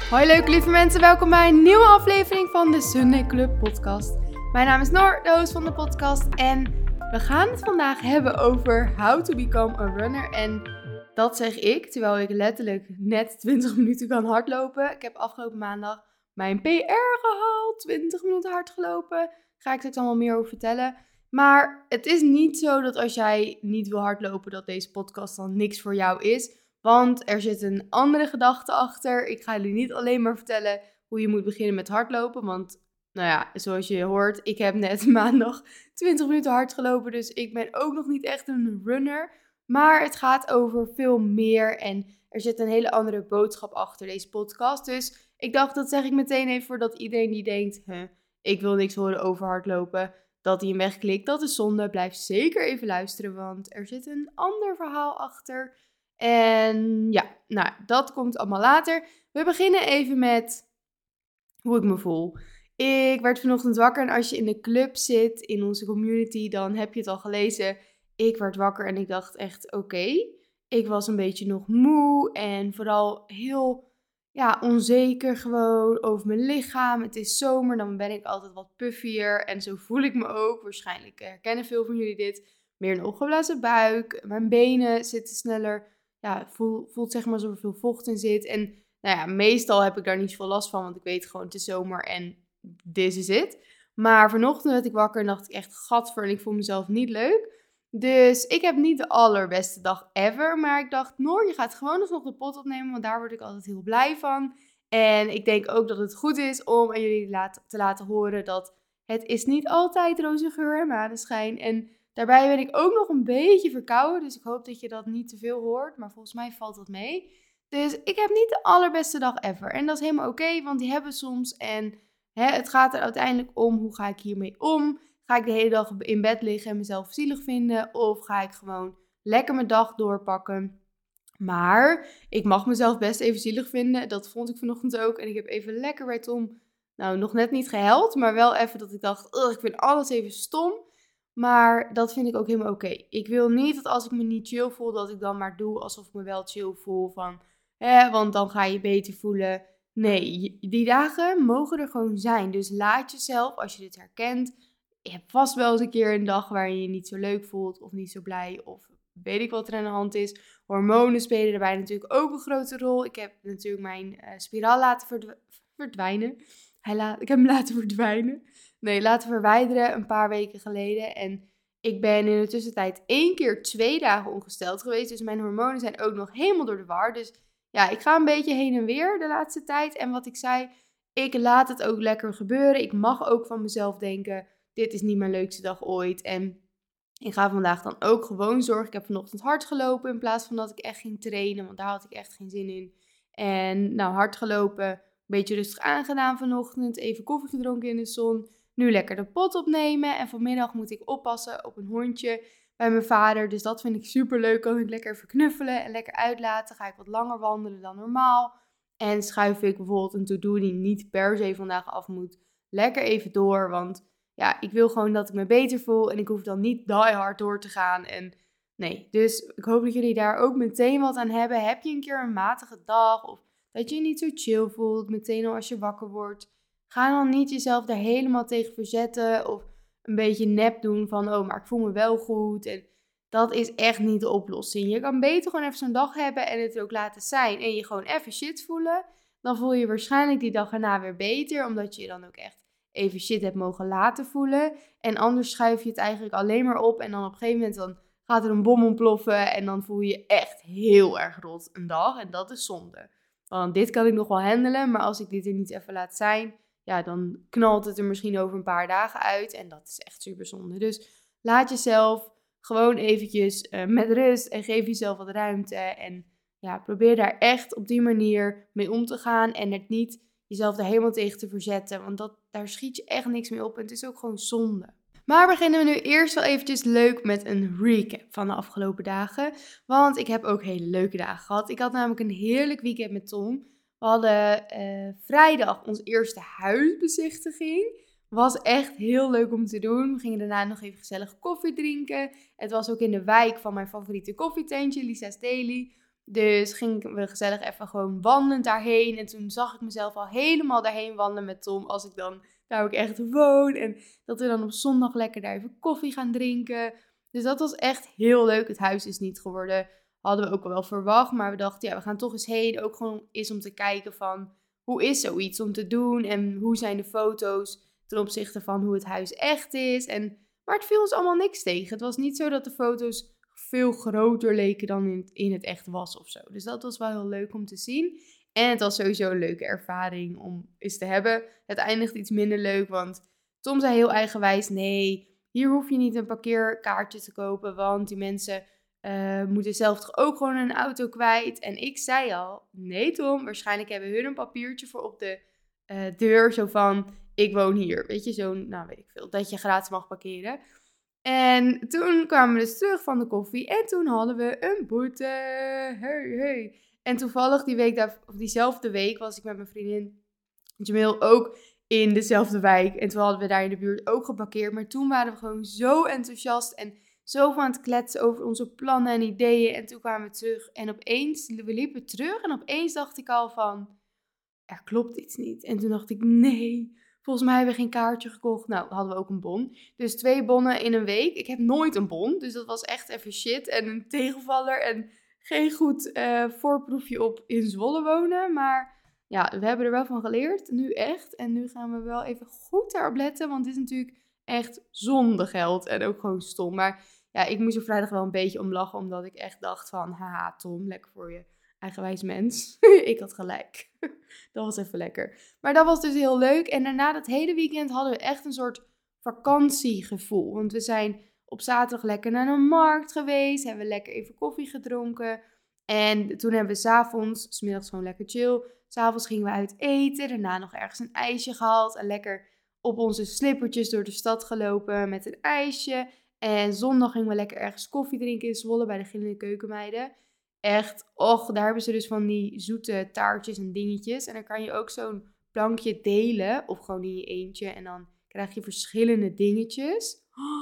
Hoi leuke lieve mensen, welkom bij een nieuwe aflevering van de Sunday Club podcast. Mijn naam is Noor, de host van de podcast en we gaan het vandaag hebben over how to become a runner. En dat zeg ik, terwijl ik letterlijk net 20 minuten kan hardlopen. Ik heb afgelopen maandag mijn PR gehaald, 20 minuten hard gelopen. Daar ga ik straks allemaal meer over vertellen. Maar het is niet zo dat als jij niet wil hardlopen, dat deze podcast dan niks voor jou is. Want er zit een andere gedachte achter. Ik ga jullie niet alleen maar vertellen hoe je moet beginnen met hardlopen. Want, zoals je hoort, ik heb net maandag 20 minuten hard gelopen. Dus ik ben ook nog niet echt een runner. Maar het gaat over veel meer. En er zit een hele andere boodschap achter deze podcast. Dus ik dacht, dat zeg ik meteen even voordat iedereen die denkt, ik wil niks horen over hardlopen, dat hij hem wegklikt. Dat is zonde. Blijf zeker even luisteren, want er zit een ander verhaal achter. En ja, dat komt allemaal later. We beginnen even met hoe ik me voel. Ik werd vanochtend wakker en als je in de club zit, in onze community, dan heb je het al gelezen. Ik werd wakker en ik dacht echt, oké. Ik was een beetje nog moe en vooral heel onzeker gewoon over mijn lichaam. Het is zomer, dan ben ik altijd wat puffier en zo voel ik me ook. Waarschijnlijk herkennen veel van jullie dit. Meer een opgeblazen buik, mijn benen zitten sneller. Ja, voelt zeg maar alsof er veel vocht in zit. En meestal heb ik daar niet zoveel last van, want ik weet gewoon het is zomer en this is it. Maar vanochtend werd ik wakker en dacht ik echt gadver en ik voel mezelf niet leuk. Dus ik heb niet de allerbeste dag ever, maar ik dacht, Noor, je gaat gewoon nog de pot opnemen, want daar word ik altijd heel blij van. En ik denk ook dat het goed is om aan jullie te laten horen dat het is niet altijd roze geur en maneschijn. En daarbij ben ik ook nog een beetje verkouden, dus ik hoop dat je dat niet te veel hoort, maar volgens mij valt dat mee. Dus ik heb niet de allerbeste dag ever en dat is helemaal oké, want die hebben we soms. En het gaat er uiteindelijk om, hoe ga ik hiermee om? Ga ik de hele dag in bed liggen en mezelf zielig vinden? Of ga ik gewoon lekker mijn dag doorpakken? Maar ik mag mezelf best even zielig vinden. Dat vond ik vanochtend ook. En ik heb even lekker bij Tom, nog net niet gehuild. Maar wel even dat ik dacht, ik vind alles even stom. Maar dat vind ik ook helemaal oké. Ik wil niet dat als ik me niet chill voel, dat ik dan maar doe alsof ik me wel chill voel. Want dan ga je beter voelen. Nee, die dagen mogen er gewoon zijn. Dus laat jezelf, als je dit herkent, je hebt vast wel eens een keer een dag waarin je je niet zo leuk voelt of niet zo blij of weet ik wat er aan de hand is. Hormonen spelen daarbij natuurlijk ook een grote rol. Ik heb natuurlijk mijn spiraal laten verdwijnen. Ik heb hem laten verdwijnen. Nee, laten verwijderen een paar weken geleden. En ik ben in de tussentijd 1 keer 2 dagen ongesteld geweest. Dus mijn hormonen zijn ook nog helemaal door de war. Dus ja, ik ga een beetje heen en weer de laatste tijd. En wat ik zei, ik laat het ook lekker gebeuren. Ik mag ook van mezelf denken, dit is niet mijn leukste dag ooit. En ik ga vandaag dan ook gewoon zorgen. Ik heb vanochtend hard gelopen in plaats van dat ik echt ging trainen. Want daar had ik echt geen zin in. En hard gelopen, een beetje rustig aangedaan vanochtend. Even koffie gedronken in de zon. Nu lekker de pot opnemen. En vanmiddag moet ik oppassen op een hondje bij mijn vader. Dus dat vind ik super leuk. Kan ik lekker even knuffelen en lekker uitlaten. Ga ik wat langer wandelen dan normaal. En schuif ik bijvoorbeeld een to-do die niet per se vandaag af moet, lekker even door. Want ja, ik wil gewoon dat ik me beter voel. En ik hoef dan niet die hard door te gaan. En nee, dus ik hoop dat jullie daar ook meteen wat aan hebben. Heb je een keer een matige dag of dat je je niet zo chill voelt, meteen al als je wakker wordt, ga dan niet jezelf daar helemaal tegen verzetten of een beetje nep doen van, maar ik voel me wel goed. En dat is echt niet de oplossing. Je kan beter gewoon even zo'n dag hebben en het ook laten zijn en je gewoon even shit voelen. Dan voel je waarschijnlijk die dag erna weer beter, omdat je je dan ook echt even shit hebt mogen laten voelen. En anders schuif je het eigenlijk alleen maar op en dan op een gegeven moment dan gaat er een bom ontploffen en dan voel je je echt heel erg rot een dag en dat is zonde. Want dit kan ik nog wel handelen, maar als ik dit er niet even laat zijn, ja, dan knalt het er misschien over een paar dagen uit en dat is echt super zonde. Dus laat jezelf gewoon eventjes met rust en geef jezelf wat ruimte en ja, probeer daar echt op die manier mee om te gaan en het niet jezelf er helemaal tegen te verzetten, want daar schiet je echt niks mee op en het is ook gewoon zonde. Maar beginnen we nu eerst wel eventjes leuk met een recap van de afgelopen dagen. Want ik heb ook hele leuke dagen gehad. Ik had namelijk een heerlijk weekend met Tom. We hadden vrijdag onze eerste huisbezichtiging. Was echt heel leuk om te doen. We gingen daarna nog even gezellig koffie drinken. Het was ook in de wijk van mijn favoriete koffietentje, Lisa's Daily. Dus gingen we gezellig even gewoon wandelend daarheen. En toen zag ik mezelf al helemaal daarheen wandelen met Tom. Als ik dan daar ook echt woon. En dat we dan op zondag lekker daar even koffie gaan drinken. Dus dat was echt heel leuk. Het huis is niet geworden. Hadden we ook wel verwacht. Maar we dachten, ja, we gaan toch eens heen. Ook gewoon eens om te kijken van, hoe is zoiets om te doen? En hoe zijn de foto's ten opzichte van hoe het huis echt is? Maar het viel ons allemaal niks tegen. Het was niet zo dat de foto's veel groter leken dan in het echt was of zo. Dus dat was wel heel leuk om te zien. En het was sowieso een leuke ervaring om eens te hebben. Het eindigt iets minder leuk, want Tom zei heel eigenwijs, nee, hier hoef je niet een parkeerkaartje te kopen, want die mensen moeten zelf toch ook gewoon een auto kwijt. En ik zei al, nee Tom, waarschijnlijk hebben hun een papiertje voor op de deur, zo van, ik woon hier. Weet je, zo'n, nou weet ik veel, dat je gratis mag parkeren. En toen kwamen we dus terug van de koffie en toen hadden we een boete. Hey. En toevallig diezelfde week was ik met mijn vriendin Jamil ook in dezelfde wijk. En toen hadden we daar in de buurt ook geparkeerd. Maar toen waren we gewoon zo enthousiast en zo van het kletsen over onze plannen en ideeën. En toen kwamen we terug en we liepen terug en opeens dacht ik al van, er klopt iets niet. En toen dacht ik, nee, volgens mij hebben we geen kaartje gekocht. Nou, hadden we ook een bon. Dus 2 bonnen in een week. Ik heb nooit een bon, dus dat was echt even shit en een tegenvaller en geen goed voorproefje op in Zwolle wonen. Maar ja, we hebben er wel van geleerd, nu echt. En nu gaan we wel even goed daarop letten, want het is natuurlijk echt zonde geld en ook gewoon stom. Maar ja, ik moest er vrijdag wel een beetje om lachen, omdat ik echt dacht van, haha Tom, lekker voor je. Eigenwijs mens. Ik had gelijk. Dat was even lekker. Maar dat was dus heel leuk. En daarna dat hele weekend hadden we echt een soort vakantiegevoel. Want we zijn op zaterdag lekker naar een markt geweest. Hebben we lekker even koffie gedronken. En toen hebben we 's middags gewoon lekker chill. 's Avonds gingen we uit eten. Daarna nog ergens een ijsje gehaald. En lekker op onze slippertjes door de stad gelopen met een ijsje. En zondag gingen we lekker ergens koffie drinken in Zwolle bij de Gillende Keukenmeiden. Echt, daar hebben ze dus van die zoete taartjes en dingetjes. En dan kan je ook zo'n plankje delen, of gewoon in je eentje. En dan krijg je verschillende dingetjes.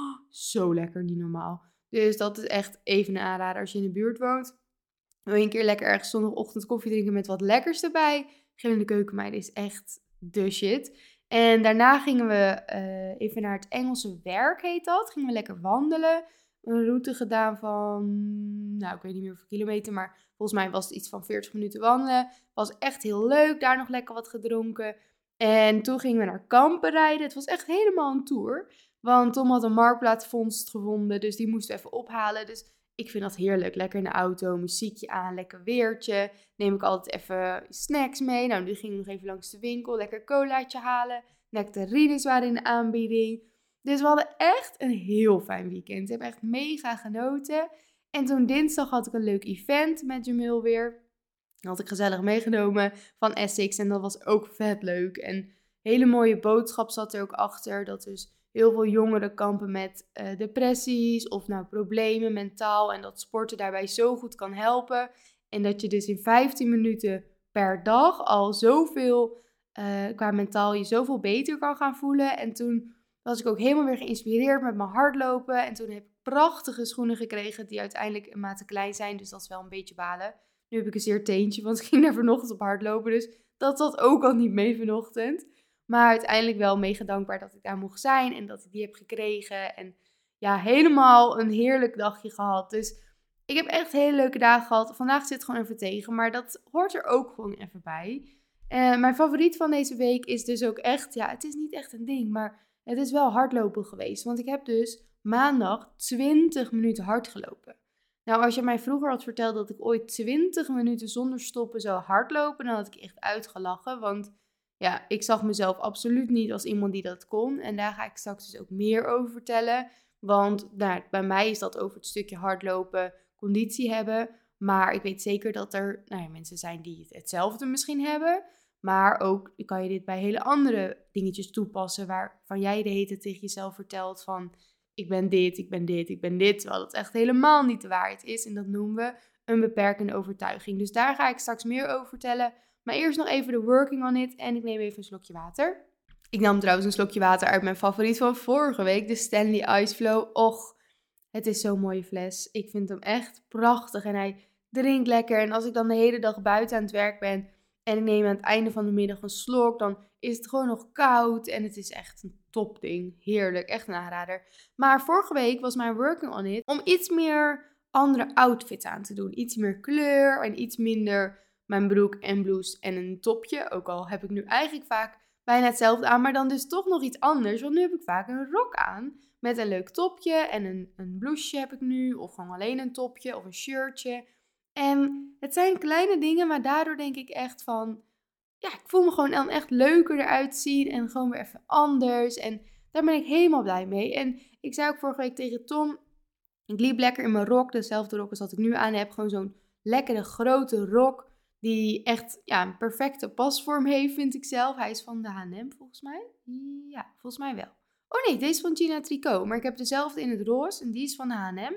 Zo lekker, niet normaal. Dus dat is echt even een aanrader als je in de buurt woont. Wil je een keer lekker ergens zondagochtend koffie drinken met wat lekkers erbij? Gillende Keukenmeiden is echt de shit. En daarna gingen we even naar het Engelse Werk, heet dat. Gingen we lekker wandelen. Een route gedaan van, nou ik weet niet meer hoeveel kilometer, maar volgens mij was het iets van 40 minuten wandelen. Was echt heel leuk, daar nog lekker wat gedronken. En toen gingen we naar Kampen rijden. Het was echt helemaal een tour, want Tom had een marktplaatsvondst gevonden, dus die moesten we even ophalen. Dus ik vind dat heerlijk, lekker in de auto, muziekje aan, lekker weertje. Neem ik altijd even snacks mee. Nou, nu gingen we nog even langs de winkel, lekker colaatje halen. Nectarines waren in de aanbieding. Dus we hadden echt een heel fijn weekend. Ik heb echt mega genoten. En toen dinsdag had ik een leuk event met Jamil weer. Dat had ik gezellig meegenomen van Essex. En dat was ook vet leuk. En hele mooie boodschap zat er ook achter. Dat dus heel veel jongeren kampen met depressies of nou problemen mentaal. En dat sporten daarbij zo goed kan helpen. En dat je dus in 15 minuten per dag al zoveel, qua mentaal je zoveel beter kan gaan voelen. En toen was ik ook helemaal weer geïnspireerd met mijn hardlopen. En toen heb ik prachtige schoenen gekregen die uiteindelijk een maat te klein zijn. Dus dat is wel een beetje balen. Nu heb ik een zeer teentje, want ik ging daar vanochtend op hardlopen. Dus dat zat ook al niet mee vanochtend. Maar uiteindelijk wel mega dankbaar dat ik daar mocht zijn en dat ik die heb gekregen. En ja, helemaal een heerlijk dagje gehad. Dus ik heb echt hele leuke dagen gehad. Vandaag zit het gewoon even tegen, maar dat hoort er ook gewoon even bij. Mijn favoriet van deze week is dus ook echt, ja, het is niet echt een ding, maar het is wel hardlopen geweest. Want ik heb dus maandag 20 minuten hard gelopen. Nou, als je mij vroeger had verteld dat ik ooit 20 minuten zonder stoppen zou hardlopen, dan had ik echt uitgelachen. Want ja, ik zag mezelf absoluut niet als iemand die dat kon. En daar ga ik straks dus ook meer over vertellen. Want nou, bij mij is dat over het stukje hardlopen, conditie hebben. Maar ik weet zeker dat er mensen zijn die hetzelfde misschien hebben. Maar ook kan je dit bij hele andere dingetjes toepassen waarvan jij de hele tijd tegen jezelf vertelt van ik ben dit, ik ben dit, ik ben dit. Terwijl dat echt helemaal niet de waarheid is. En dat noemen we een beperkende overtuiging. Dus daar ga ik straks meer over vertellen. Maar eerst nog even de working on it. En ik neem even een slokje water. Ik nam trouwens een slokje water uit mijn favoriet van vorige week. De Stanley Ice Flow. Och, het is zo'n mooie fles. Ik vind hem echt prachtig. En hij drink lekker. En als ik dan de hele dag buiten aan het werk ben en ik neem aan het einde van de middag een slok, dan is het gewoon nog koud en het is echt een topding. Heerlijk, echt een aanrader. Maar vorige week was mijn working on it om iets meer andere outfits aan te doen. Iets meer kleur en iets minder mijn broek en blouse en een topje. Ook al heb ik nu eigenlijk vaak bijna hetzelfde aan, maar dan dus toch nog iets anders. Want nu heb ik vaak een rok aan met een leuk topje en een blouseje heb ik nu. Of gewoon alleen een topje of een shirtje. En het zijn kleine dingen, maar daardoor denk ik echt van, ja, ik voel me gewoon dan echt leuker eruit zien en gewoon weer even anders. En daar ben ik helemaal blij mee. En ik zei ook vorige week tegen Tom, ik liep lekker in mijn rok, dezelfde rok als wat ik nu aan heb. Gewoon zo'n lekkere grote rok die echt een perfecte pasvorm heeft, vind ik zelf. Hij is van de H&M volgens mij. Ja, volgens mij wel. Oh nee, deze is van Gina Tricot. Maar ik heb dezelfde in het roze en die is van de H&M.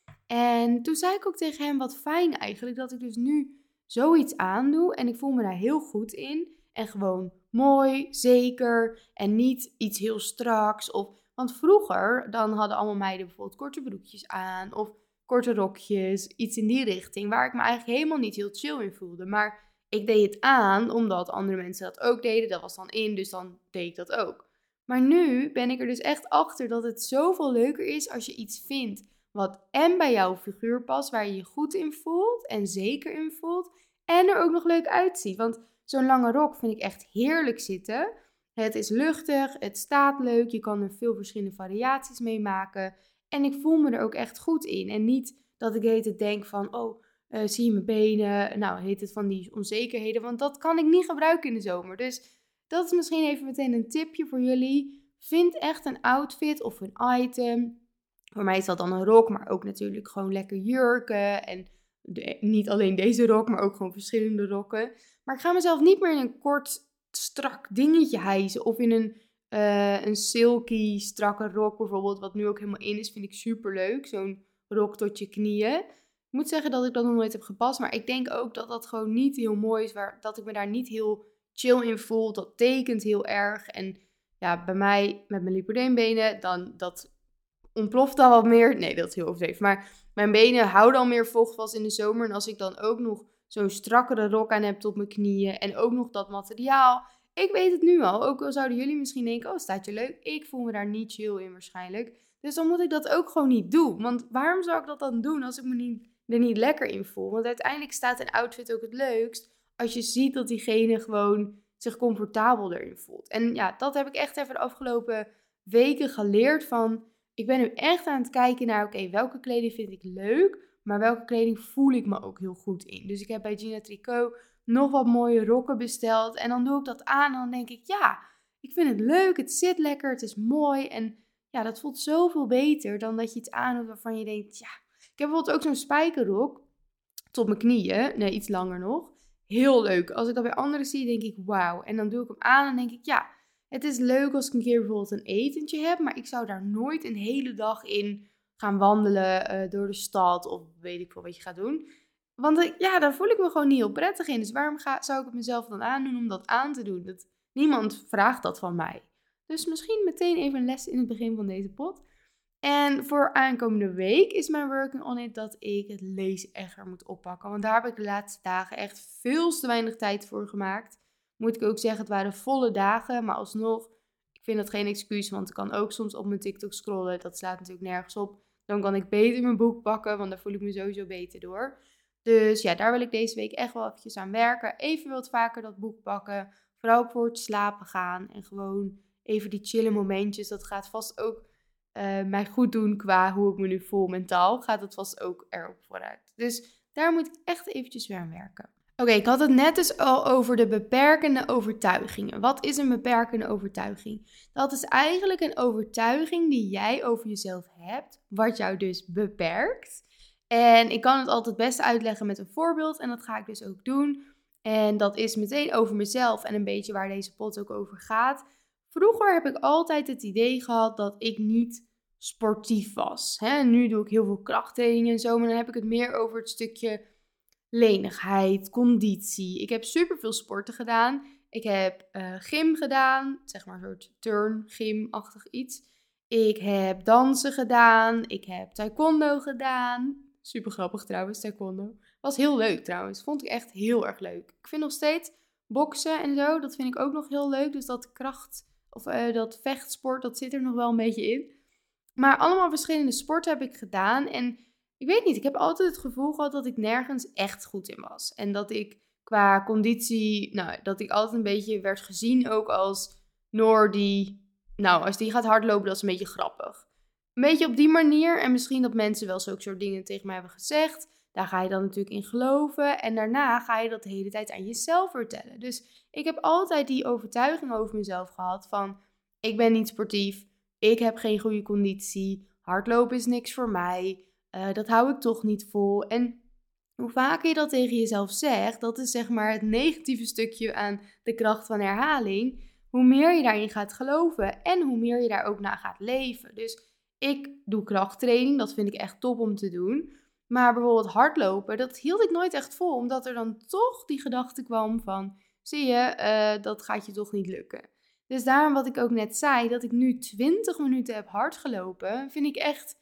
En toen zei ik ook tegen hem, wat fijn eigenlijk, dat ik dus nu zoiets aandoe. En ik voel me daar heel goed in. En gewoon mooi, zeker. En niet iets heel straks. Want vroeger, dan hadden allemaal meiden bijvoorbeeld korte broekjes aan. Of korte rokjes, iets in die richting. Waar ik me eigenlijk helemaal niet heel chill in voelde. Maar ik deed het aan, omdat andere mensen dat ook deden. Dat was dan in, dus dan deed ik dat ook. Maar nu ben ik er dus echt achter dat het zoveel leuker is als je iets vindt wat en bij jouw figuur past, waar je je goed in voelt en zeker in voelt. En er ook nog leuk uitziet. Want zo'n lange rok vind ik echt heerlijk zitten. Het is luchtig, het staat leuk, je kan er veel verschillende variaties mee maken. En ik voel me er ook echt goed in. En niet dat ik de hele tijd denk van, zie je mijn benen? Nou, heet het van die onzekerheden, want dat kan ik niet gebruiken in de zomer. Dus dat is misschien even meteen een tipje voor jullie. Vind echt een outfit of een item. Voor mij is dat dan een rok, maar ook natuurlijk gewoon lekker jurken. En niet alleen deze rok, maar ook gewoon verschillende rokken. Maar ik ga mezelf niet meer in een kort, strak dingetje hijsen. Of in een silky, strakke rok bijvoorbeeld. Wat nu ook helemaal in is, vind ik super leuk. Zo'n rok tot je knieën. Ik moet zeggen dat ik dat nog nooit heb gepast. Maar ik denk ook dat dat gewoon niet heel mooi is. Dat ik me daar niet heel chill in voel. Dat tekent heel erg. En ja, bij mij met mijn lipodeenbenen, dan dat ontploft al wat meer. Nee, dat is heel overdreven. Maar mijn benen houden al meer vocht vast in de zomer. En als ik dan ook nog zo'n strakkere rok aan heb tot mijn knieën. En ook nog dat materiaal. Ik weet het nu al. Ook al zouden jullie misschien denken, staat je leuk. Ik voel me daar niet chill in waarschijnlijk. Dus dan moet ik dat ook gewoon niet doen. Want waarom zou ik dat dan doen als ik me er niet lekker in voel? Want uiteindelijk staat een outfit ook het leukst als je ziet dat diegene gewoon zich comfortabel erin voelt. En ja, dat heb ik echt even de afgelopen weken geleerd van, ik ben nu echt aan het kijken naar, welke kleding vind ik leuk, maar welke kleding voel ik me ook heel goed in. Dus ik heb bij Gina Tricot nog wat mooie rokken besteld en dan doe ik dat aan en dan denk ik, ik vind het leuk, het zit lekker, het is mooi en ja, dat voelt zoveel beter dan dat je iets aandoet waarvan je denkt, ik heb bijvoorbeeld ook zo'n spijkerrok tot mijn knieën, nee, iets langer nog. Heel leuk. Als ik dat bij anderen zie, denk ik, wauw. En dan doe ik hem aan en denk ik, het is leuk als ik een keer bijvoorbeeld een etentje heb, maar ik zou daar nooit een hele dag in gaan wandelen door de stad of weet ik veel wat je gaat doen. Want daar voel ik me gewoon niet heel prettig in. Dus waarom zou ik het mezelf dan aandoen om dat aan te doen? Niemand vraagt dat van mij. Dus misschien meteen even een les in het begin van deze pod. En voor aankomende week is mijn working on it dat ik het lezen echt moet oppakken. Want daar heb ik de laatste dagen echt veel te weinig tijd voor gemaakt. Moet ik ook zeggen, het waren volle dagen. Maar alsnog, ik vind dat geen excuus. Want ik kan ook soms op mijn TikTok scrollen. Dat slaat natuurlijk nergens op. Dan kan ik beter mijn boek pakken, want daar voel ik me sowieso beter door. Dus ja, daar wil ik deze week echt wel eventjes aan werken. Even wat vaker dat boek pakken. Vooral ook voor het slapen gaan. En gewoon even die chille momentjes. Dat gaat vast ook mij goed doen qua hoe ik me nu voel mentaal. Gaat het vast ook erop vooruit. Dus daar moet ik echt eventjes weer aan werken. Oké, ik had het net dus al over de beperkende overtuigingen. Wat is een beperkende overtuiging? Dat is eigenlijk een overtuiging die jij over jezelf hebt, wat jou dus beperkt. En ik kan het altijd best uitleggen met een voorbeeld en dat ga ik dus ook doen. En dat is meteen over mezelf en een beetje waar deze pod ook over gaat. Vroeger heb ik altijd het idee gehad dat ik niet sportief was. Nu doe ik heel veel krachttraining en zo, maar dan heb ik het meer over het stukje lenigheid, conditie. Ik heb superveel sporten gedaan. Ik heb gym gedaan, zeg maar een soort turn, gym-achtig iets. Ik heb dansen gedaan. Ik heb taekwondo gedaan. Super grappig trouwens, taekwondo. Was heel leuk trouwens. Vond ik echt heel erg leuk. Ik vind nog steeds boksen en zo, dat vind ik ook nog heel leuk. Dus dat dat vechtsport, dat zit er nog wel een beetje in. Maar allemaal verschillende sporten heb ik gedaan. En ik weet niet, ik heb altijd het gevoel gehad dat ik nergens echt goed in was. En dat ik qua conditie, dat ik altijd een beetje werd gezien ook als Noor die, als die gaat hardlopen, dat is een beetje grappig. Een beetje op die manier. En misschien dat mensen wel zulke soort dingen tegen mij hebben gezegd. Daar ga je dan natuurlijk in geloven. En daarna ga je dat de hele tijd aan jezelf vertellen. Dus ik heb altijd die overtuiging over mezelf gehad van, ik ben niet sportief. Ik heb geen goede conditie. Hardlopen is niks voor mij. Dat hou ik toch niet vol. En hoe vaker je dat tegen jezelf zegt, dat is zeg maar het negatieve stukje aan de kracht van herhaling. Hoe meer je daarin gaat geloven en hoe meer je daar ook naar gaat leven. Dus ik doe krachttraining, dat vind ik echt top om te doen. Maar bijvoorbeeld hardlopen, dat hield ik nooit echt vol. Omdat er dan toch die gedachte kwam van, zie je, dat gaat je toch niet lukken. Dus daarom wat ik ook net zei, dat ik nu 20 minuten heb hard gelopen, vind ik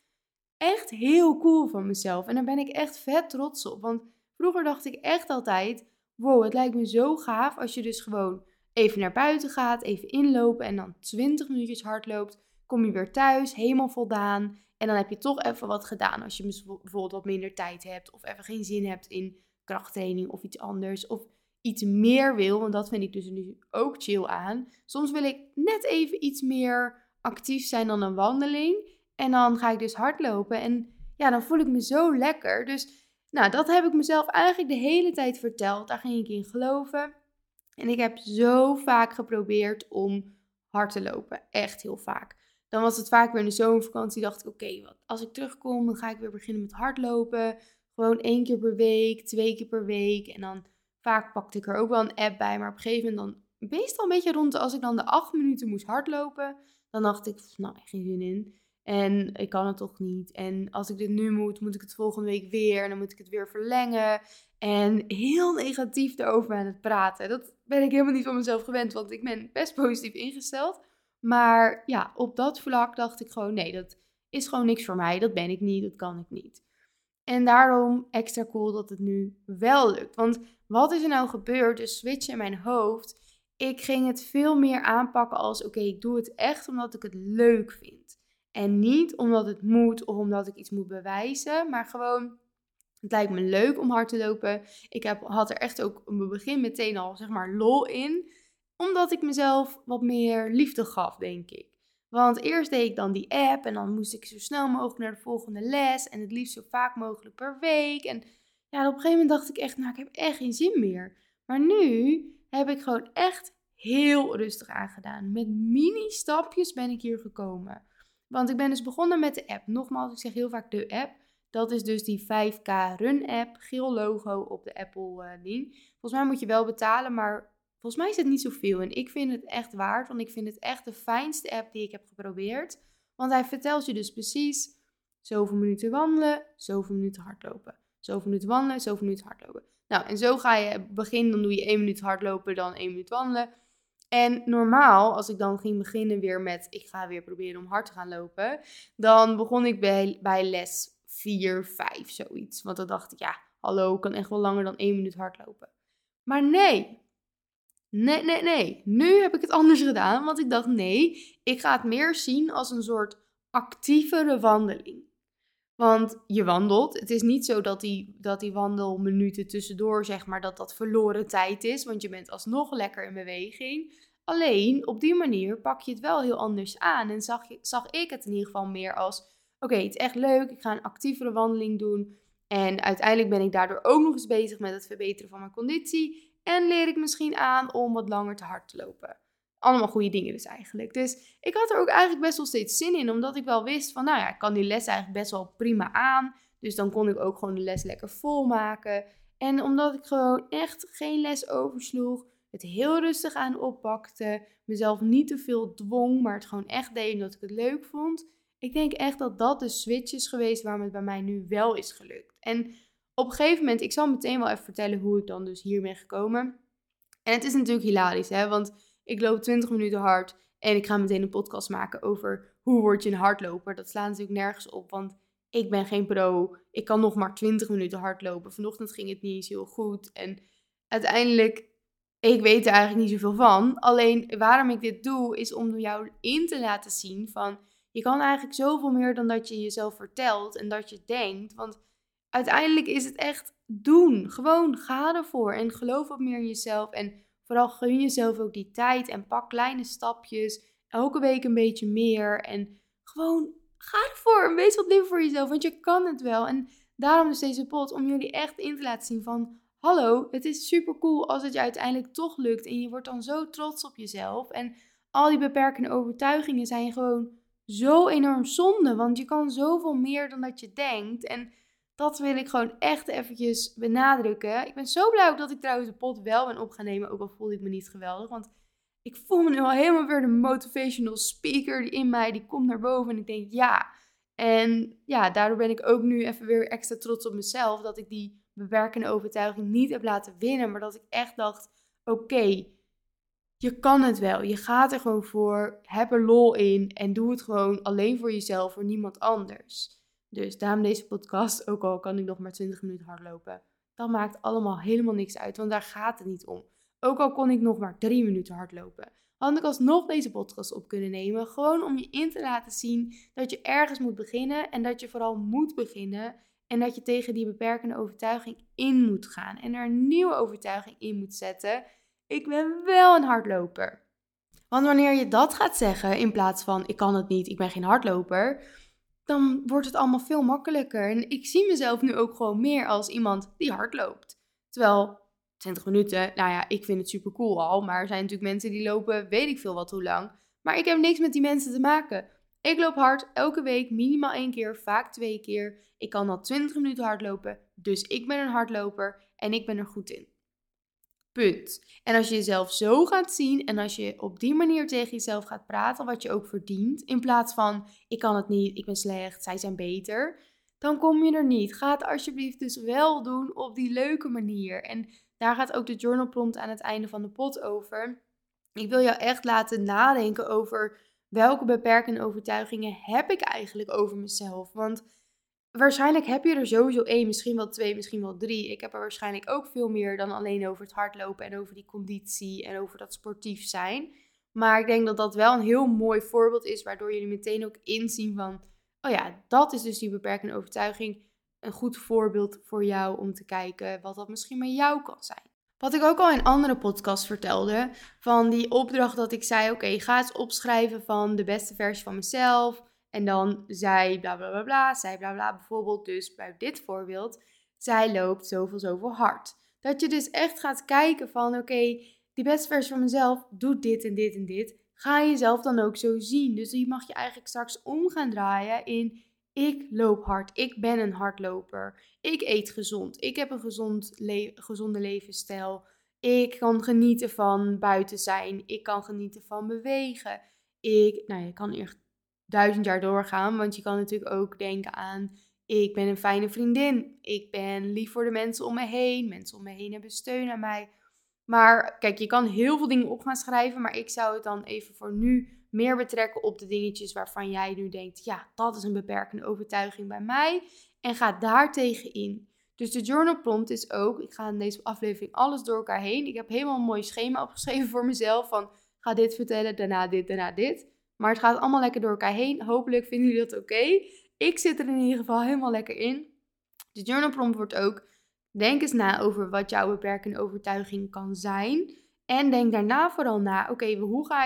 echt heel cool van mezelf. En daar ben ik echt vet trots op. Want vroeger dacht ik echt altijd, wow, het lijkt me zo gaaf als je dus gewoon even naar buiten gaat, even inlopen en dan 20 minuutjes hard loopt. Kom je weer thuis, helemaal voldaan. En dan heb je toch even wat gedaan als je bijvoorbeeld wat minder tijd hebt of even geen zin hebt in krachttraining of iets anders. Of iets meer wil, want dat vind ik dus nu ook chill aan. Soms wil ik net even iets meer actief zijn dan een wandeling. En dan ga ik dus hardlopen en ja, dan voel ik me zo lekker. Dus dat heb ik mezelf eigenlijk de hele tijd verteld. Daar ging ik in geloven. En ik heb zo vaak geprobeerd om hard te lopen. Echt heel vaak. Dan was het vaak weer in de zomervakantie. Dacht ik, oké, als ik terugkom, dan ga ik weer beginnen met hardlopen. Gewoon 1 keer per week, 2 keer per week. En dan vaak pakte ik er ook wel een app bij. Maar op een gegeven moment dan, meestal een beetje rond, als ik dan de 8 minuten moest hardlopen. Dan dacht ik, geen zin in. En ik kan het toch niet. En als ik dit nu moet ik het volgende week weer. En dan moet ik het weer verlengen. En heel negatief daarover aan het praten. Dat ben ik helemaal niet van mezelf gewend. Want ik ben best positief ingesteld. Maar ja, op dat vlak dacht ik gewoon, nee, dat is gewoon niks voor mij. Dat ben ik niet, dat kan ik niet. En daarom extra cool dat het nu wel lukt. Want wat is er nou gebeurd? De switch in mijn hoofd. Ik ging het veel meer aanpakken als, oké, ik doe het echt omdat ik het leuk vind. En niet omdat het moet of omdat ik iets moet bewijzen. Maar gewoon, het lijkt me leuk om hard te lopen. Ik had er echt ook in het begin meteen al, zeg maar, lol in. Omdat ik mezelf wat meer liefde gaf, denk ik. Want eerst deed ik dan die app en dan moest ik zo snel mogelijk naar de volgende les. En het liefst zo vaak mogelijk per week. En ja, op een gegeven moment dacht ik echt, ik heb echt geen zin meer. Maar nu heb ik gewoon echt heel rustig aangedaan. Met mini-stapjes ben ik hier gekomen. Want ik ben dus begonnen met de app. Nogmaals, ik zeg heel vaak de app. Dat is dus die 5K Run app. Geel logo op de Apple ding. Volgens mij moet je wel betalen, maar volgens mij is het niet zoveel. En ik vind het echt waard, want ik vind het echt de fijnste app die ik heb geprobeerd. Want hij vertelt je dus precies zoveel minuten wandelen, zoveel minuten hardlopen. Zoveel minuten wandelen, zoveel minuten hardlopen. Nou, en zo ga je beginnen, dan doe je 1 minuut hardlopen, dan 1 minuut wandelen. En normaal, als ik dan ging beginnen weer met, ik ga weer proberen om hard te gaan lopen, dan begon ik bij les 4, 5, zoiets. Want dan dacht ik, ja, hallo, ik kan echt wel langer dan 1 minuut hardlopen. Maar nee. Nu heb ik het anders gedaan, want ik dacht, nee, ik ga het meer zien als een soort actievere wandeling. Want je wandelt. Het is niet zo dat die wandelminuten tussendoor, zeg maar, dat verloren tijd is. Want je bent alsnog lekker in beweging. Alleen, op die manier pak je het wel heel anders aan. En zag ik het in ieder geval meer als, oké, het is echt leuk. Ik ga een actievere wandeling doen. En uiteindelijk ben ik daardoor ook nog eens bezig met het verbeteren van mijn conditie. En leer ik misschien aan om wat langer te hard te lopen. Allemaal goede dingen dus eigenlijk. Dus ik had er ook eigenlijk best wel steeds zin in. Omdat ik wel wist van, ik kan die les eigenlijk best wel prima aan. Dus dan kon ik ook gewoon de les lekker volmaken. En omdat ik gewoon echt geen les oversloeg. Het heel rustig aan oppakte. Mezelf niet te veel dwong. Maar het gewoon echt deed omdat ik het leuk vond. Ik denk echt dat dat de switch is geweest waarom het bij mij nu wel is gelukt. En op een gegeven moment, ik zal meteen wel even vertellen hoe ik dan dus hier ben gekomen. En het is natuurlijk hilarisch, hè. Want ik loop 20 minuten hard en ik ga meteen een podcast maken over hoe word je een hardloper. Dat slaat natuurlijk nergens op, want ik ben geen pro, ik kan nog maar 20 minuten hardlopen. Vanochtend ging het niet eens heel goed. En uiteindelijk, ik weet er eigenlijk niet zoveel van. Alleen waarom ik dit doe, is om jou in te laten zien van, je kan eigenlijk zoveel meer dan dat je jezelf vertelt en dat je denkt. Want uiteindelijk is het echt doen. Gewoon ga ervoor en geloof wat meer in jezelf. En vooral gun jezelf ook die tijd en pak kleine stapjes. Elke week een beetje meer. En gewoon ga ervoor en wees wat liever voor jezelf, want je kan het wel. En daarom is deze pod om jullie echt in te laten zien van, hallo, het is super cool als het je uiteindelijk toch lukt. En je wordt dan zo trots op jezelf. En al die beperkende overtuigingen zijn gewoon zo enorm zonde, want je kan zoveel meer dan dat je denkt. En dat wil ik gewoon echt eventjes benadrukken. Ik ben zo blij ook dat ik trouwens de pod wel ben op gaan nemen, ook al voelde ik me niet geweldig. Want ik voel me nu al helemaal weer de motivational speaker die in mij, die komt naar boven. En ik denk, ja. En ja, daardoor ben ik ook nu even weer extra trots op mezelf. Dat ik die beperkende overtuiging niet heb laten winnen. Maar dat ik echt dacht, oké, je kan het wel. Je gaat er gewoon voor. Heb er lol in. En doe het gewoon alleen voor jezelf, voor niemand anders. Dus daarom deze podcast, ook al kan ik nog maar 20 minuten hardlopen. Dat maakt allemaal helemaal niks uit, want daar gaat het niet om. Ook al kon ik nog maar 3 minuten hardlopen, had ik alsnog deze podcast op kunnen nemen. Gewoon om je in te laten zien dat je ergens moet beginnen en dat je vooral moet beginnen. En dat je tegen die beperkende overtuiging in moet gaan en er een nieuwe overtuiging in moet zetten. Ik ben wel een hardloper. Want wanneer je dat gaat zeggen in plaats van ik kan het niet, ik ben geen hardloper, dan wordt het allemaal veel makkelijker. En ik zie mezelf nu ook gewoon meer als iemand die hardloopt. Terwijl 20 minuten, nou ja, ik vind het super cool al. Maar er zijn natuurlijk mensen die lopen weet ik veel wat hoe lang. Maar ik heb niks met die mensen te maken. Ik loop hard elke week, minimaal 1 keer, vaak 2 keer. Ik kan al 20 minuten hardlopen. Dus ik ben een hardloper en ik ben er goed in. Punt. En als je jezelf zo gaat zien en als je op die manier tegen jezelf gaat praten, wat je ook verdient, in plaats van ik kan het niet, ik ben slecht, zij zijn beter, dan kom je er niet. Ga het alsjeblieft dus wel doen op die leuke manier. En daar gaat ook de journal prompt aan het einde van de pod over. Ik wil jou echt laten nadenken over welke beperkende overtuigingen heb ik eigenlijk over mezelf. Want waarschijnlijk heb je er sowieso 1, misschien wel 2, misschien wel 3. Ik heb er waarschijnlijk ook veel meer dan alleen over het hardlopen en over die conditie en over dat sportief zijn. Maar ik denk dat dat wel een heel mooi voorbeeld is, waardoor jullie meteen ook inzien van, oh ja, dat is dus die beperkende overtuiging. Een goed voorbeeld voor jou om te kijken wat dat misschien met jou kan zijn. Wat ik ook al in andere podcasts vertelde, van die opdracht dat ik zei, oké, ga eens opschrijven van de beste versie van mezelf. En dan zij bla bla bla bla, zij bla bla. Bijvoorbeeld dus bij dit voorbeeld, zij loopt zoveel hard. Dat je dus echt gaat kijken van oké, die beste versie van mezelf doet dit en dit en dit. Ga jezelf dan ook zo zien. Dus die mag je eigenlijk straks om gaan draaien in ik loop hard, ik ben een hardloper. Ik eet gezond, ik heb een gezonde levensstijl. Ik kan genieten van buiten zijn, ik kan genieten van bewegen. Je kan echt 1000 jaar doorgaan, want je kan natuurlijk ook denken aan ik ben een fijne vriendin, ik ben lief voor de mensen om me heen, mensen om me heen hebben steun aan mij. Maar kijk, je kan heel veel dingen op gaan schrijven, maar ik zou het dan even voor nu meer betrekken op de dingetjes waarvan jij nu denkt, ja, dat is een beperkende overtuiging bij mij en ga daar tegen in. Dus de journal prompt is ook, ik ga in deze aflevering alles door elkaar heen. Ik heb helemaal een mooi schema opgeschreven voor mezelf van ga dit vertellen, daarna dit, daarna dit. Maar het gaat allemaal lekker door elkaar heen. Hopelijk vinden jullie dat oké. Ik zit er in ieder geval helemaal lekker in. De journal prompt wordt ook, denk eens na over wat jouw beperkende overtuiging kan zijn. En denk daarna vooral na, oké,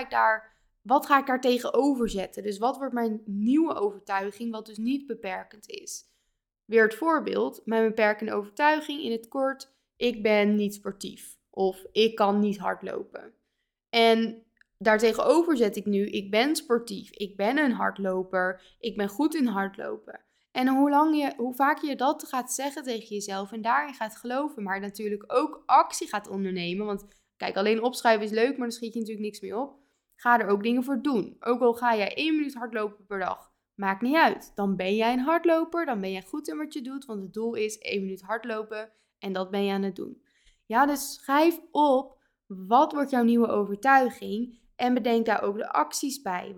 wat ga ik daar tegenover zetten? Dus wat wordt mijn nieuwe overtuiging, wat dus niet beperkend is? Weer het voorbeeld, mijn beperkende overtuiging in het kort, ik ben niet sportief. Of ik kan niet hardlopen. En daartegenover zet ik nu, ik ben sportief, ik ben een hardloper, ik ben goed in hardlopen. En hoe vaker je dat gaat zeggen tegen jezelf en daarin gaat geloven, maar natuurlijk ook actie gaat ondernemen. Want kijk, alleen opschrijven is leuk, maar dan schiet je natuurlijk niks meer op. Ga er ook dingen voor doen. Ook al ga jij 1 minuut hardlopen per dag, maakt niet uit. Dan ben jij een hardloper, dan ben jij goed in wat je doet, want het doel is 1 minuut hardlopen en dat ben je aan het doen. Ja, dus schrijf op, wat wordt jouw nieuwe overtuiging? En bedenk daar ook de acties bij.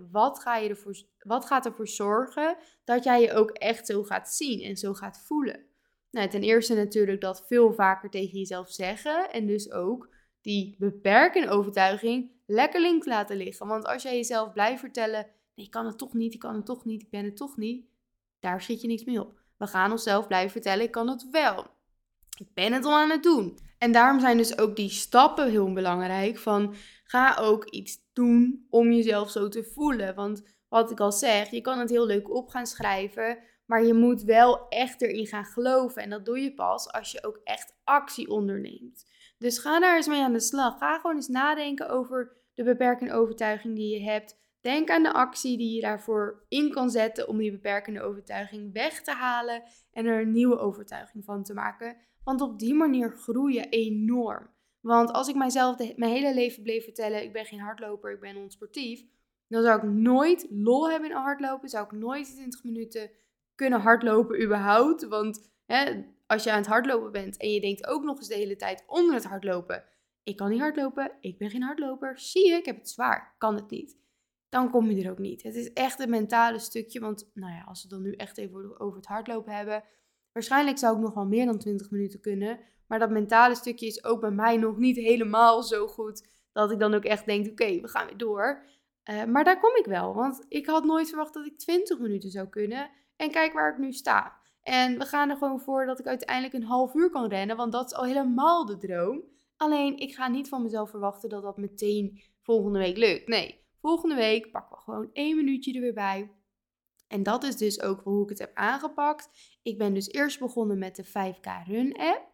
Wat gaat ervoor zorgen dat jij je ook echt zo gaat zien en zo gaat voelen? Nou, ten eerste natuurlijk dat veel vaker tegen jezelf zeggen. En dus ook die beperkende overtuiging lekker links laten liggen. Want als jij jezelf blijft vertellen, nee, ik kan het toch niet, ik kan het toch niet, ik ben het toch niet. Daar schiet je niks mee op. We gaan onszelf blijven vertellen, ik kan het wel. Ik ben het al aan het doen. En daarom zijn dus ook die stappen heel belangrijk. Van ga ook iets doen om jezelf zo te voelen. Want wat ik al zeg, je kan het heel leuk op gaan schrijven. Maar je moet wel echt erin gaan geloven. En dat doe je pas als je ook echt actie onderneemt. Dus ga daar eens mee aan de slag. Ga gewoon eens nadenken over de beperkende overtuiging die je hebt. Denk aan de actie die je daarvoor in kan zetten om die beperkende overtuiging weg te halen en er een nieuwe overtuiging van te maken. Want op die manier groei je enorm. Want als ik mijzelf mijn hele leven bleef vertellen, ik ben geen hardloper, ik ben onsportief, dan zou ik nooit lol hebben in hardlopen, zou ik nooit 20 minuten kunnen hardlopen überhaupt. Want als je aan het hardlopen bent en je denkt ook nog eens de hele tijd onder het hardlopen, ik kan niet hardlopen, ik ben geen hardloper, zie je, ik heb het zwaar, kan het niet. Dan kom je er ook niet. Het is echt een mentale stukje, want als we dan nu echt even over het hardlopen hebben, waarschijnlijk zou ik nog wel meer dan 20 minuten kunnen, maar dat mentale stukje is ook bij mij nog niet helemaal zo goed, dat ik dan ook echt denk, oké, we gaan weer door. Maar daar kom ik wel, want ik had nooit verwacht dat ik 20 minuten zou kunnen en kijk waar ik nu sta. En we gaan er gewoon voor dat ik uiteindelijk een half uur kan rennen, want dat is al helemaal de droom. Alleen, ik ga niet van mezelf verwachten dat dat meteen volgende week lukt. Nee, volgende week pakken we gewoon 1 minuutje er weer bij. En dat is dus ook hoe ik het heb aangepakt. Ik ben dus eerst begonnen met de 5K Run app.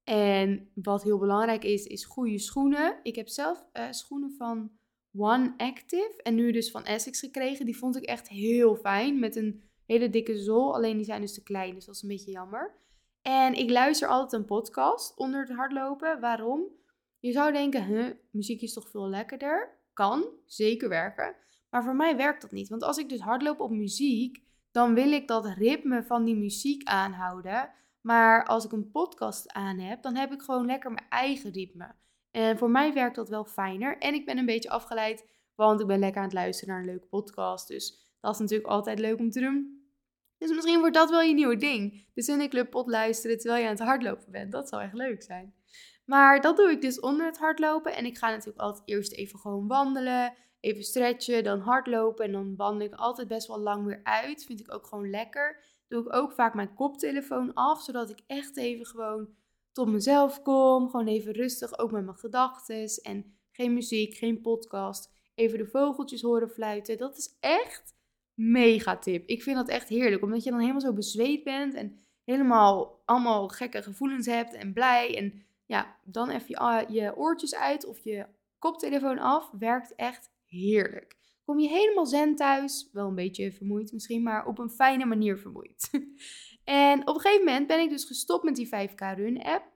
En wat heel belangrijk is goede schoenen. Ik heb zelf schoenen van One Active en nu dus van Essex gekregen. Die vond ik echt heel fijn met een hele dikke zool. Alleen die zijn dus te klein, dus dat is een beetje jammer. En ik luister altijd een podcast onder het hardlopen. Waarom? Je zou denken, muziek is toch veel lekkerder? Kan, zeker werken. Maar voor mij werkt dat niet. Want als ik dus hardloop op muziek, dan wil ik dat ritme van die muziek aanhouden. Maar als ik een podcast aan heb, dan heb ik gewoon lekker mijn eigen ritme. En voor mij werkt dat wel fijner. En ik ben een beetje afgeleid, want ik ben lekker aan het luisteren naar een leuke podcast. Dus dat is natuurlijk altijd leuk om te doen. Dus misschien wordt dat wel je nieuwe ding. De Sunday Club pod luisteren terwijl je aan het hardlopen bent. Dat zou echt leuk zijn. Maar dat doe ik dus onder het hardlopen. En ik ga natuurlijk altijd eerst even gewoon wandelen. Even stretchen, dan hardlopen. En dan wandel ik altijd best wel lang weer uit. Vind ik ook gewoon lekker. Doe ik ook vaak mijn koptelefoon af. Zodat ik echt even gewoon tot mezelf kom. Gewoon even rustig, ook met mijn gedachten. En geen muziek, geen podcast. Even de vogeltjes horen fluiten. Dat is echt mega tip. Ik vind dat echt heerlijk. Omdat je dan helemaal zo bezweet bent. En helemaal allemaal gekke gevoelens hebt. En blij. En ja, dan even je oortjes uit of je koptelefoon af. Werkt echt heerlijk. Kom je helemaal zen thuis. Wel een beetje vermoeid misschien, maar op een fijne manier vermoeid. En op een gegeven moment ben ik dus gestopt met die 5K Run app.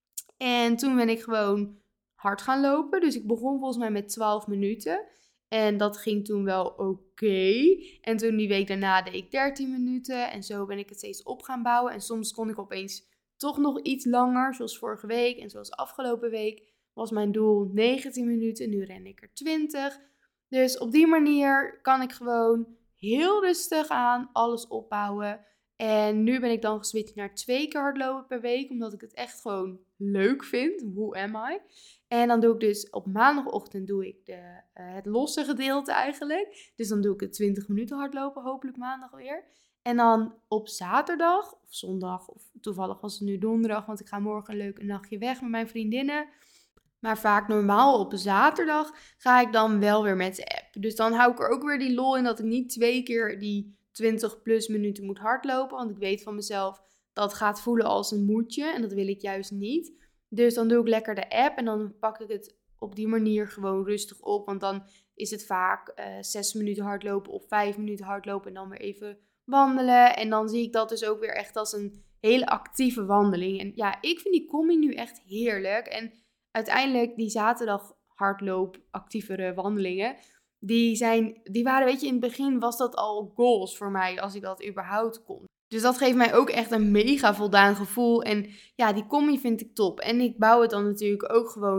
En toen ben ik gewoon hard gaan lopen. Dus ik begon volgens mij met 12 minuten. En dat ging toen wel oké. En toen die week daarna deed ik 13 minuten. En zo ben ik het steeds op gaan bouwen. En soms kon ik opeens toch nog iets langer, zoals vorige week en zoals afgelopen week was mijn doel 19 minuten. Nu ren ik er 20. Dus op die manier kan ik gewoon heel rustig aan alles opbouwen. En nu ben ik dan geswitcht naar 2 keer hardlopen per week, omdat ik het echt gewoon leuk vind. Who am I? En dan doe ik dus op maandagochtend doe ik het losse gedeelte eigenlijk. Dus dan doe ik het 20 minuten hardlopen, hopelijk maandag weer. En dan op zaterdag of zondag, of toevallig was het nu donderdag, want ik ga morgen een leuk nachtje weg met mijn vriendinnen. Maar vaak normaal op zaterdag ga ik dan wel weer met de app. Dus dan hou ik er ook weer die lol in dat ik niet 2 keer die 20 plus minuten moet hardlopen. Want ik weet van mezelf dat gaat voelen als een moedje en dat wil ik juist niet. Dus dan doe ik lekker de app en dan pak ik het op die manier gewoon rustig op. Want dan is het vaak 6 minuten hardlopen of 5 minuten hardlopen en dan weer even wandelen. En dan zie ik dat dus ook weer echt als een hele actieve wandeling. En ja, ik vind die combi nu echt heerlijk. En uiteindelijk die zaterdag hardloop actievere wandelingen, die waren, weet je, in het begin was dat al goals voor mij als ik dat überhaupt kon. Dus dat geeft mij ook echt een mega voldaan gevoel. En ja, die combi vind ik top. En ik bouw het dan natuurlijk ook gewoon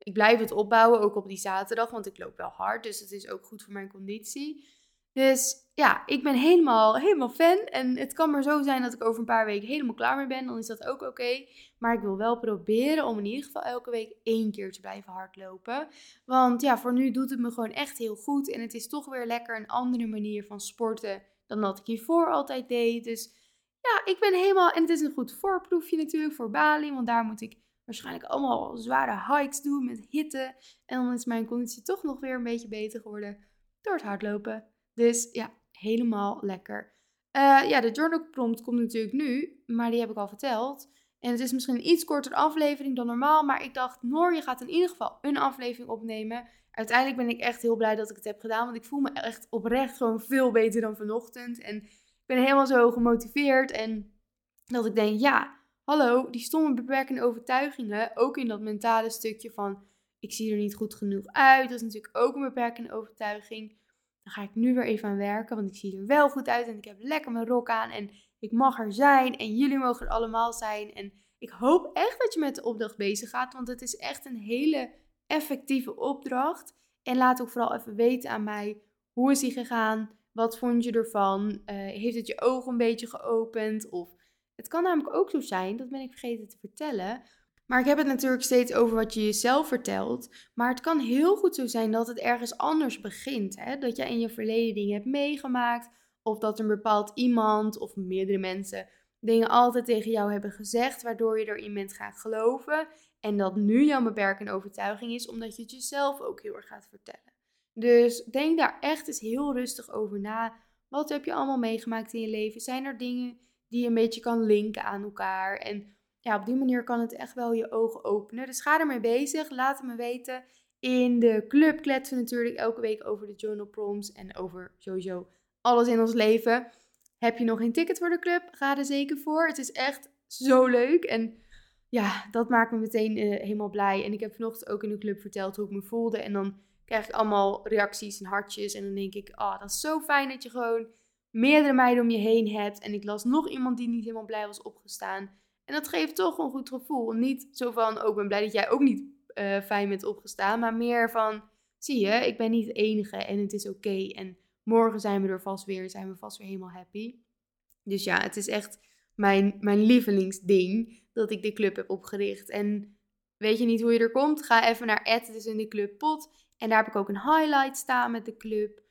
ik blijf het opbouwen, ook op die zaterdag, want ik loop wel hard. Dus het is ook goed voor mijn conditie. Dus ja, ik ben helemaal fan. En het kan maar zo zijn dat ik over een paar weken helemaal klaar mee ben. Dan is dat ook oké. Maar ik wil wel proberen om in ieder geval elke week 1 keer te blijven hardlopen. Want ja, voor nu doet het me gewoon echt heel goed. En het is toch weer lekker een andere manier van sporten dan dat ik hiervoor altijd deed. Dus ja, ik ben helemaal... En het is een goed voorproefje natuurlijk voor Bali. Want daar moet ik waarschijnlijk allemaal zware hikes doen met hitte. En dan is mijn conditie toch nog weer een beetje beter geworden door het hardlopen. Dus ja, helemaal lekker. De journal prompt komt natuurlijk nu, maar die heb ik al verteld. En het is misschien een iets kortere aflevering dan normaal, maar ik dacht, Noor, je gaat in ieder geval een aflevering opnemen. Uiteindelijk ben ik echt heel blij dat ik het heb gedaan, want ik voel me echt oprecht gewoon veel beter dan vanochtend. En ik ben helemaal zo gemotiveerd en dat ik denk, ja, hallo, die stomme beperkende overtuigingen, ook in dat mentale stukje van, ik zie er niet goed genoeg uit. Dat is natuurlijk ook een beperkende overtuiging. Dan ga ik nu weer even aan werken, want ik zie er wel goed uit en ik heb lekker mijn rok aan en ik mag er zijn en jullie mogen er allemaal zijn. En ik hoop echt dat je met de opdracht bezig gaat, want het is echt een hele effectieve opdracht. En laat ook vooral even weten aan mij, hoe is die gegaan? Wat vond je ervan? Heeft het je ogen een beetje geopend? Of het kan namelijk ook zo zijn, dat ben ik vergeten te vertellen. Maar ik heb het natuurlijk steeds over wat je jezelf vertelt. Maar het kan heel goed zo zijn dat het ergens anders begint. Hè? Dat jij in je verleden dingen hebt meegemaakt. Of dat een bepaald iemand of meerdere mensen dingen altijd tegen jou hebben gezegd. Waardoor je erin bent gaan geloven. En dat nu jouw beperkende overtuiging is. Omdat je het jezelf ook heel erg gaat vertellen. Dus denk daar echt eens heel rustig over na. Wat heb je allemaal meegemaakt in je leven? Zijn er dingen die je een beetje kan linken aan elkaar? En ja, op die manier kan het echt wel je ogen openen. Dus ga ermee bezig. Laat het me weten. In de club kletsen we natuurlijk elke week over de journal prompts. En over sowieso alles in ons leven. Heb je nog geen ticket voor de club? Ga er zeker voor. Het is echt zo leuk. En ja, dat maakt me meteen helemaal blij. En ik heb vanochtend ook in de club verteld hoe ik me voelde. En dan krijg ik allemaal reacties en hartjes. En dan denk ik, dat is zo fijn dat je gewoon meerdere meiden om je heen hebt. En ik las nog iemand die niet helemaal blij was opgestaan. En dat geeft toch een goed gevoel. Niet zo van, ik ben blij dat jij ook niet fijn bent opgestaan. Maar meer van, zie je, ik ben niet de enige en het is oké. En morgen zijn we vast weer helemaal happy. Dus ja, het is echt mijn lievelingsding dat ik de club heb opgericht. En weet je niet hoe je er komt? Ga even naar @, het is in de club pot. En daar heb ik ook een highlight staan met de club.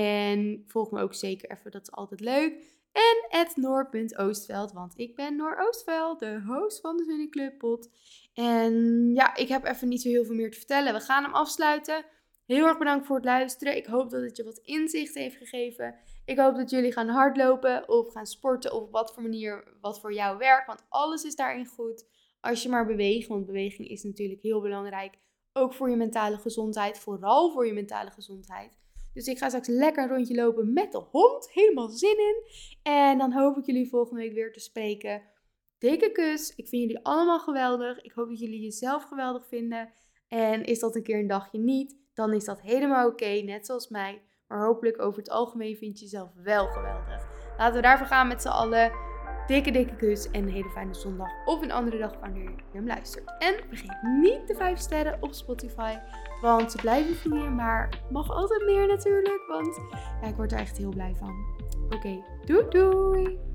En volg me ook zeker even, dat is altijd leuk. En @noor.oostveld, want ik ben Noor Oostveld, de host van de Sunny Club Pot. En ja, ik heb even niet zo heel veel meer te vertellen. We gaan hem afsluiten. Heel erg bedankt voor het luisteren. Ik hoop dat het je wat inzicht heeft gegeven. Ik hoop dat jullie gaan hardlopen of gaan sporten of op wat voor manier wat voor jou werkt. Want alles is daarin goed als je maar beweegt. Want beweging is natuurlijk heel belangrijk. Ook voor je mentale gezondheid. Vooral voor je mentale gezondheid. Dus ik ga straks lekker een rondje lopen met de hond. Helemaal zin in. En dan hoop ik jullie volgende week weer te spreken. Dikke kus. Ik vind jullie allemaal geweldig. Ik hoop dat jullie jezelf geweldig vinden. En is dat een keer een dagje niet, dan is dat helemaal oké. Net zoals mij. Maar hopelijk over het algemeen vind je jezelf wel geweldig. Laten we daarvoor gaan met z'n allen. Dikke kus en een hele fijne zondag of een andere dag wanneer je hem luistert. En vergeet niet de 5 sterren op Spotify, want ze blijven vliegen, maar mag altijd meer natuurlijk, want ja, ik word er echt heel blij van. Oké, doei!